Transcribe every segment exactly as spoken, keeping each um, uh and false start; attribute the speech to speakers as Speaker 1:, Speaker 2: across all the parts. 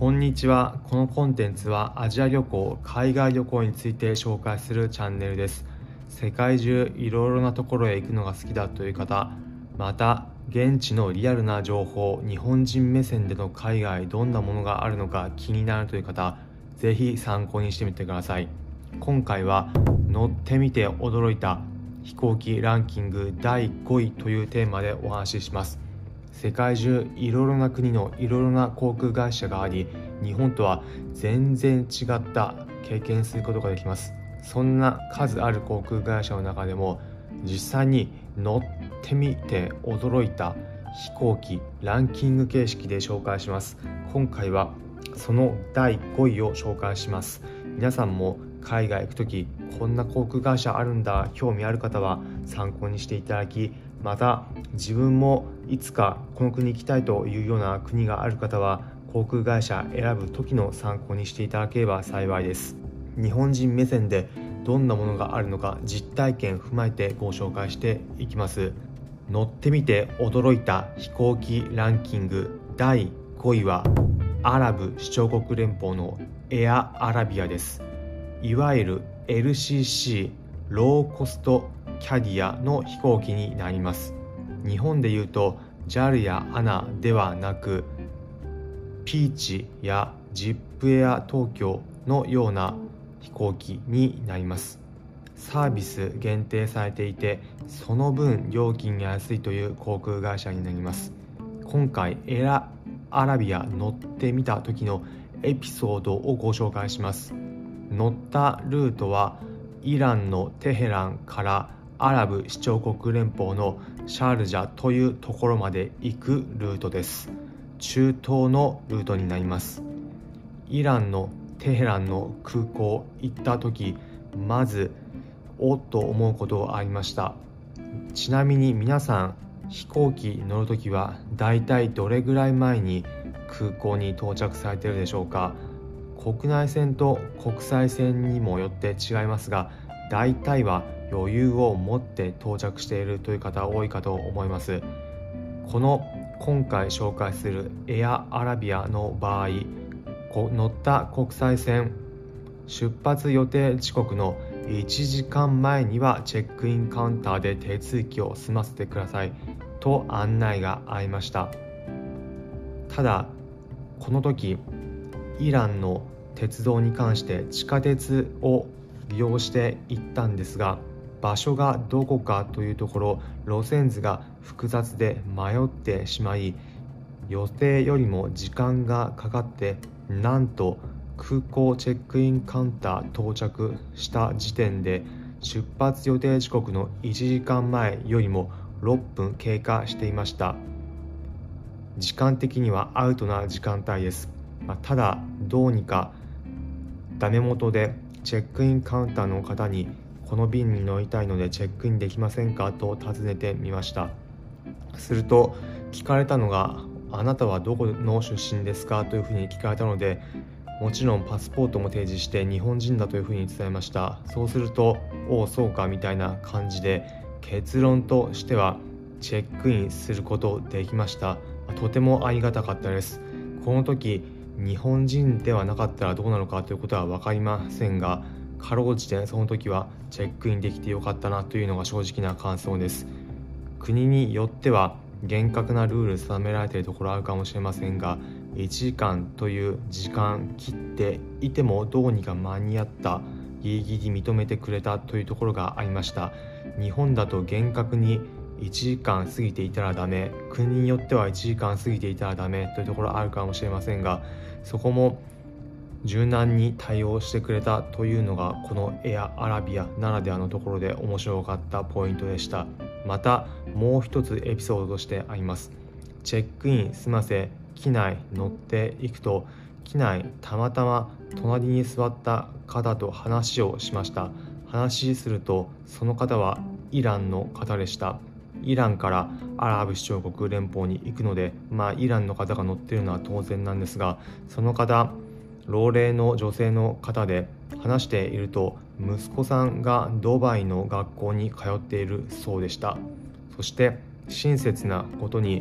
Speaker 1: こんにちは。このコンテンツはアジア旅行、海外旅行について紹介するチャンネルです。世界中いろいろなところへ行くのが好きだという方、また現地のリアルな情報、日本人目線での海外どんなものがあるのか気になるという方、ぜひ参考にしてみてください。今回は乗ってみて驚いた飛行機ランキングだいごいというテーマでお話しします。世界中いろいろな国のいろいろな航空会社があり、日本とは全然違った経験することができます。そんな数ある航空会社の中でも実際に乗ってみて驚いた飛行機ランキング形式で紹介します。今回はそのだいごいを紹介します。皆さんも海外行くときこんな航空会社あるんだ、興味ある方は参考にしていただき、また自分もいつかこの国行きたいというような国がある方は航空会社選ぶ時の参考にしていただければ幸いです。日本人目線でどんなものがあるのか実体験踏まえてご紹介していきます。乗ってみて驚いた飛行機ランキングだいごいはアラブ首長国連邦のエアアラビアです。いわゆる エルシーシー ローコストキャディアの飛行機になります。日本でいうと ジャル や エーエヌエー ではなく、ピーチやジップエア東京のような飛行機になります。サービス限定されていて、その分料金が安いという航空会社になります。今回エアアラビア乗ってみた時のエピソードをご紹介します。乗ったルートはイランのテヘランからアラブ首長国連邦のシャールジャというところまで行くルートです。中東のルートになります。イランのテヘランの空港行った時、まずおっと思うことがありました。ちなみに皆さん飛行機乗るときはだいたいどれぐらい前に空港に到着されているでしょうか。国内線と国際線にもよって違いますが、大体は余裕を持って到着しているという方多いかと思います。この今回紹介するエアアラビアの場合、乗った国際線出発予定時刻のいちじかんまえにはチェックインカウンターで手続きを済ませてくださいと案内がありました。ただこの時イランの鉄道に関して地下鉄を利用して行ったんですが、場所がどこかというところ路線図が複雑で迷ってしまい、予定よりも時間がかかって、なんと空港チェックインカウンター到着した時点で出発予定時刻のいちじかんまえよりもろっぷん経過していました。時間的にはアウトな時間帯です。まあ、ただどうにかダメ元でチェックインカウンターの方にこの便に乗りたいのでチェックインできませんかと尋ねてみました。すると聞かれたのが、あなたはどこの出身ですかというふうに聞かれたので、もちろんパスポートも提示して日本人だというふうに伝えました。そうすると、おおそうかみたいな感じで、結論としてはチェックインすることできました。とてもありがたかったです。この時日本人ではなかったらどうなのかということは分かりませんが、かろうじてその時はチェックインできてよかったなというのが正直な感想です。国によっては厳格なルール定められているところあるかもしれませんが、いちじかんという時間切っていてもどうにか間に合った、ギリギリ認めてくれたというところがありました。日本だと厳格にいちじかん過ぎていたらダメ、国によってはいちじかん過ぎていたらダメというところあるかもしれませんが、そこも柔軟に対応してくれたというのがこのエアアラビアならではのところで面白かったポイントでした。またもう一つエピソードとしてあります。チェックイン済ませ機内乗っていくと、機内たまたま隣に座った方と話をしました。話するとその方はイランの方でした。イランからアラブ首長国連邦に行くので、まあイランの方が乗っているのは当然なんですが、その方老齢の女性の方で、話していると息子さんがドバイの学校に通っているそうでした。そして親切なことに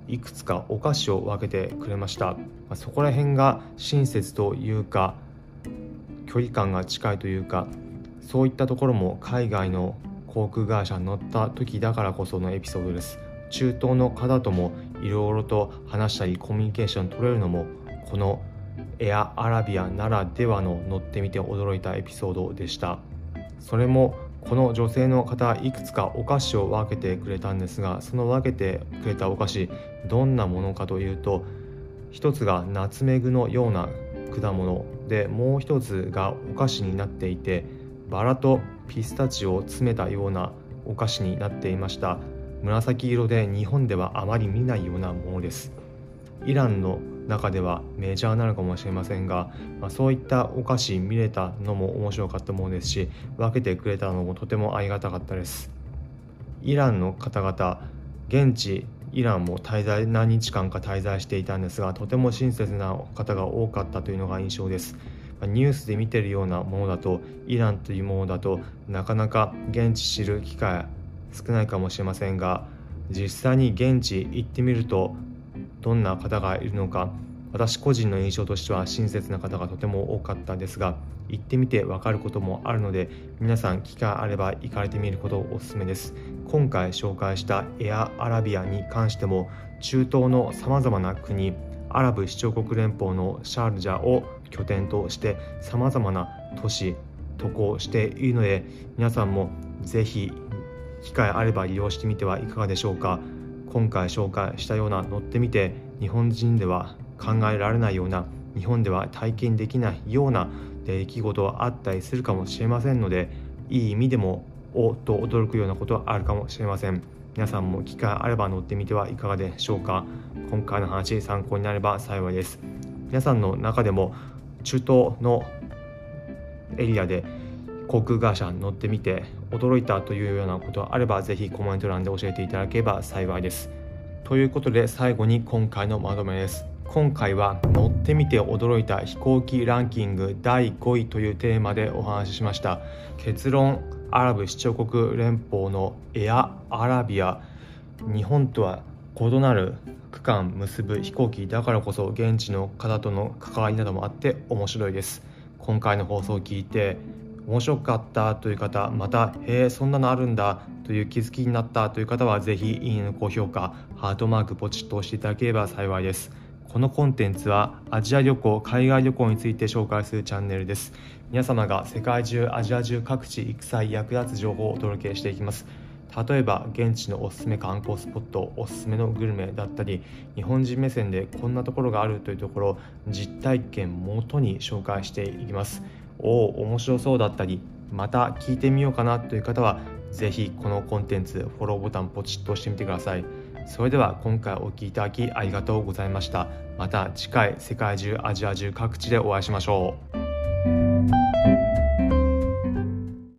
Speaker 1: いくつかお菓子を分けてくれました。まあ、そこら辺が親切というか距離感が近いというか、そういったところも海外の航空会社に乗った時だからこそのエピソードです。中東の方ともいろいろと話したりコミュニケーション取れるのもこのエアアラビアならではの乗ってみて驚いたエピソードでした。それもこの女性の方いくつかお菓子を分けてくれたんですが、その分けてくれたお菓子どんなものかというと、一つがナツメグのような果物で、もう一つがお菓子になっていてバラとピスタチオを詰めたようなお菓子になっていました。紫色で日本ではあまり見ないようなものです。イランの中ではメジャーなのかもしれませんが、まあ、そういったお菓子見れたのも面白かったものですし、分けてくれたのもとてもありがたかったです。イランの方々、現地イランも滞在何日間か滞在していたんですが、とても親切な方が多かったというのが印象です。ニュースで見ているようなものだと、イランというものだとなかなか現地知る機会少ないかもしれませんが、実際に現地行ってみるとどんな方がいるのか、私個人の印象としては親切な方がとても多かったですが、行ってみて分かることもあるので、皆さん機会あれば行かれてみることをお勧めです。今回紹介したエアアラビアに関しても、中東のさまざまな国、アラブ首長国連邦のシャールジャを拠点としてさまざまな都市渡航しているので、皆さんもぜひ機会あれば利用してみてはいかがでしょうか。今回紹介したような乗ってみて日本人では考えられないような、日本では体験できないような出来事はあったりするかもしれませんので、いい意味でもおっと驚くようなことはあるかもしれません。皆さんも機会あれば乗ってみてはいかがでしょうか。今回の話参考になれば幸いです。皆さんの中でも中東のエリアで航空会社に乗ってみて驚いたというようなことがあれば、ぜひコメント欄で教えていただければ幸いです。ということで最後に今回のまとめです。今回は乗ってみて驚いた飛行機ランキングだいごいというテーマでお話ししました。結論、アラブ首長国連邦のエアアラビア、日本とは異なる区間結ぶ飛行機だからこそ現地の方との関わりなどもあって面白いです。今回の放送を聞いて面白かったという方、またへえそんなのあるんだという気づきになったという方は、ぜひいいねの高評価、ハートマークポチッと押していただければ幸いです。このコンテンツはアジア旅行、海外旅行について紹介するチャンネルです。皆様が世界中、アジア中各地行く際役立つ情報をお届けしていきます。例えば現地のおすすめ観光スポット、おすすめのグルメだったり、日本人目線でこんなところがあるというところを実体験をもとに紹介していきます。おお、面白そうだったり、また聞いてみようかなという方はぜひこのコンテンツフォローボタンポチッと押してみてください。それでは今回お聞きいただきありがとうございました。また次回世界中、アジア中各地でお会いしましょう。